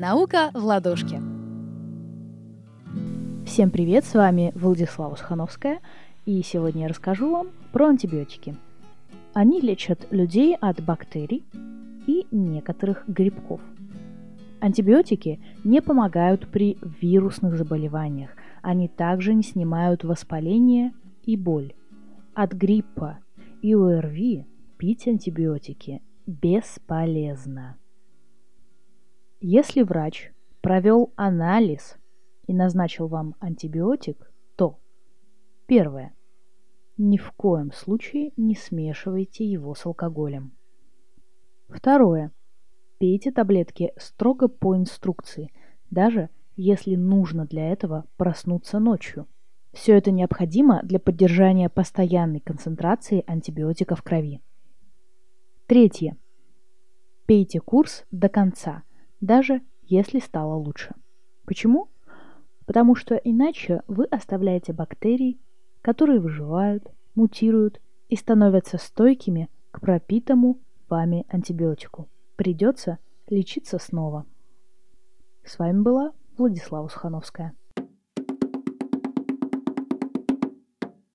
Наука в ладошке. Всем привет, с вами Владислава Сухановская, и сегодня я расскажу вам про антибиотики. Они лечат людей от бактерий и некоторых грибков. Антибиотики не помогают при вирусных заболеваниях, они также не снимают воспаление и боль. От гриппа и ОРВИ пить антибиотики бесполезно. Если врач провел анализ и назначил вам антибиотик, то первое. Ни в коем случае не смешивайте его с алкоголем. Второе. Пейте таблетки строго по инструкции, даже если нужно для этого проснуться ночью. Все это необходимо для поддержания постоянной концентрации антибиотика в крови. Третье. Пейте курс до конца, даже если стало лучше. Почему? Потому что иначе вы оставляете бактерии, которые выживают, мутируют и становятся стойкими к пропитому вами антибиотику. Придется лечиться снова. С вами была Владислава Сухановская.